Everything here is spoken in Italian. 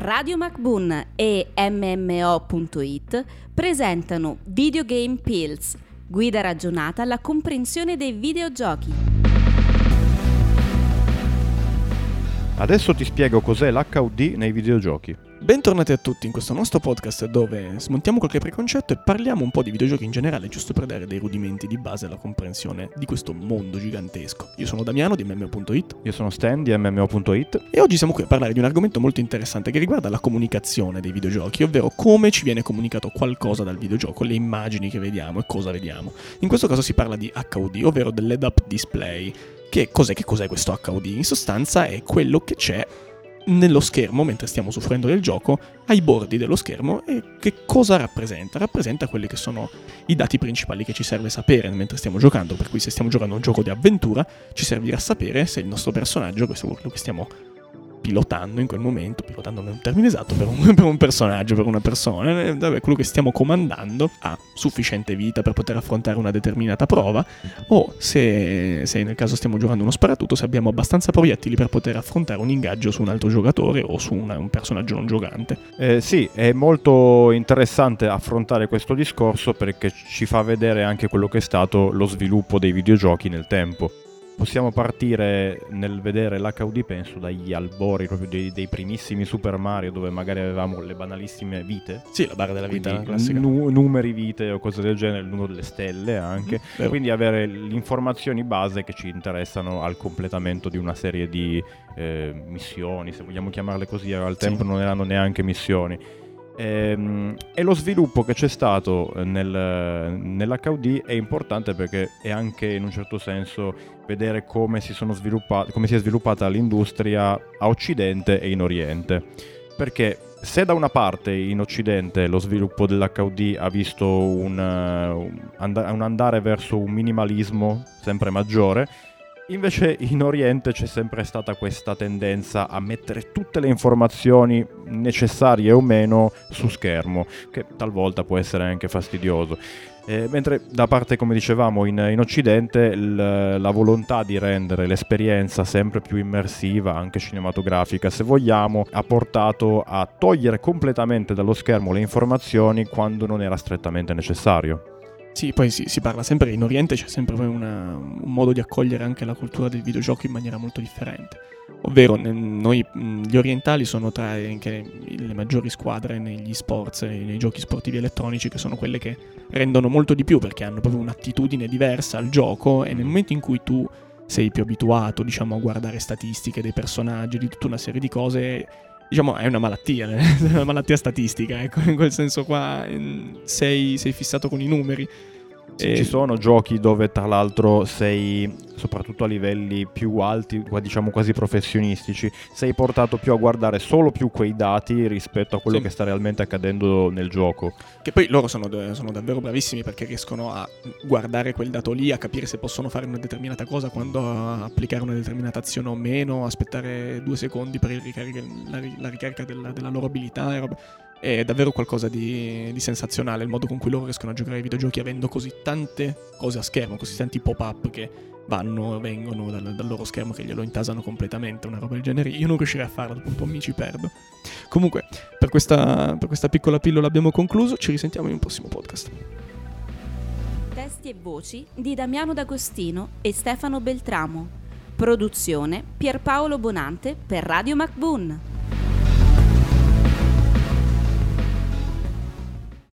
Radio MacBoon e MMO.it presentano Videogame Pills, guida ragionata alla comprensione dei videogiochi. Adesso ti spiego cos'è l'HUD nei videogiochi. Bentornati a tutti in questo nostro podcast dove smontiamo qualche preconcetto e parliamo un po' di videogiochi in generale, giusto per dare dei rudimenti di base alla comprensione di questo mondo gigantesco. Io sono Damiano di MMO.it. Io sono Stan di MMO.it. E oggi siamo qui a parlare di un argomento molto interessante che riguarda la comunicazione dei videogiochi, ovvero come ci viene comunicato qualcosa dal videogioco, le immagini che vediamo e cosa vediamo. In questo caso si parla di HUD, ovvero dell'head-up display. Che cos'è questo HUD? In sostanza è quello che c'è nello schermo mentre stiamo usufruendo del gioco, ai bordi dello schermo. E che cosa rappresenta? Rappresenta quelli che sono i dati principali che ci serve sapere mentre stiamo giocando, per cui se stiamo giocando un gioco di avventura ci servirà sapere se il nostro personaggio, questo è quello che stiamo pilotando in quel momento, pilotando non è un termine esatto per un personaggio, per una persona, quello che stiamo comandando ha sufficiente vita per poter affrontare una determinata prova, o se nel caso stiamo giocando uno sparatutto, se abbiamo abbastanza proiettili per poter affrontare un ingaggio su un altro giocatore o su un personaggio non giocante. Sì, è molto interessante affrontare questo discorso perché ci fa vedere anche quello che è stato lo sviluppo dei videogiochi nel tempo. Possiamo partire nel vedere l'HUD, penso, dagli albori proprio dei primissimi Super Mario, dove magari avevamo le banalissime vite. Sì, la barra della vita, la classica. Numeri vite o cose del genere, il numero delle stelle anche. Quindi avere le informazioni base che ci interessano al completamento di una serie di missioni, se vogliamo chiamarle così. Al tempo non erano neanche missioni. E lo sviluppo che c'è stato nell'HUD è importante perché è anche in un certo senso vedere come si è sviluppata l'industria a Occidente e in Oriente. Perché se da una parte in Occidente lo sviluppo dell'HUD ha visto un andare verso un minimalismo sempre maggiore, invece in Oriente c'è sempre stata questa tendenza a mettere tutte le informazioni necessarie o meno su schermo, che talvolta può essere anche fastidioso. Mentre da parte, come dicevamo, in Occidente la volontà di rendere l'esperienza sempre più immersiva, anche cinematografica se vogliamo, ha portato a togliere completamente dallo schermo le informazioni quando non era strettamente necessario. Sì, poi si parla sempre, in Oriente c'è sempre un modo di accogliere anche la cultura del videogioco in maniera molto differente. Ovvero, noi gli orientali sono tra anche le maggiori squadre negli sports, nei giochi sportivi elettronici, che sono quelle che rendono molto di più perché hanno proprio un'attitudine diversa al gioco, e nel momento in cui tu sei più abituato, diciamo, a guardare statistiche dei personaggi, di tutta una serie di cose, diciamo, è una malattia statistica, ecco, in quel senso qua sei fissato con i numeri. Ci sono giochi dove tra l'altro sei, soprattutto a livelli più alti, diciamo quasi professionistici, sei portato più a guardare solo più quei dati rispetto a quello che sta realmente accadendo nel gioco. Che poi loro sono davvero bravissimi perché riescono a guardare quel dato lì, a capire se possono fare una determinata cosa, quando applicare una determinata azione o meno, aspettare 2 secondi per la ricarica della loro abilità e roba. È davvero qualcosa di sensazionale il modo con cui loro riescono a giocare ai videogiochi avendo così tante cose a schermo, così tanti pop-up che vanno e vengono dal loro schermo, che glielo intasano completamente, una roba del genere. Io non riuscirei a farlo, dopo un po' mi ci perdo. Comunque, per questa piccola pillola abbiamo concluso, ci risentiamo in un prossimo podcast. Testi e voci di Damiano D'Agostino e Stefano Beltramo. Produzione Pierpaolo Bonante per Radio MacBoon.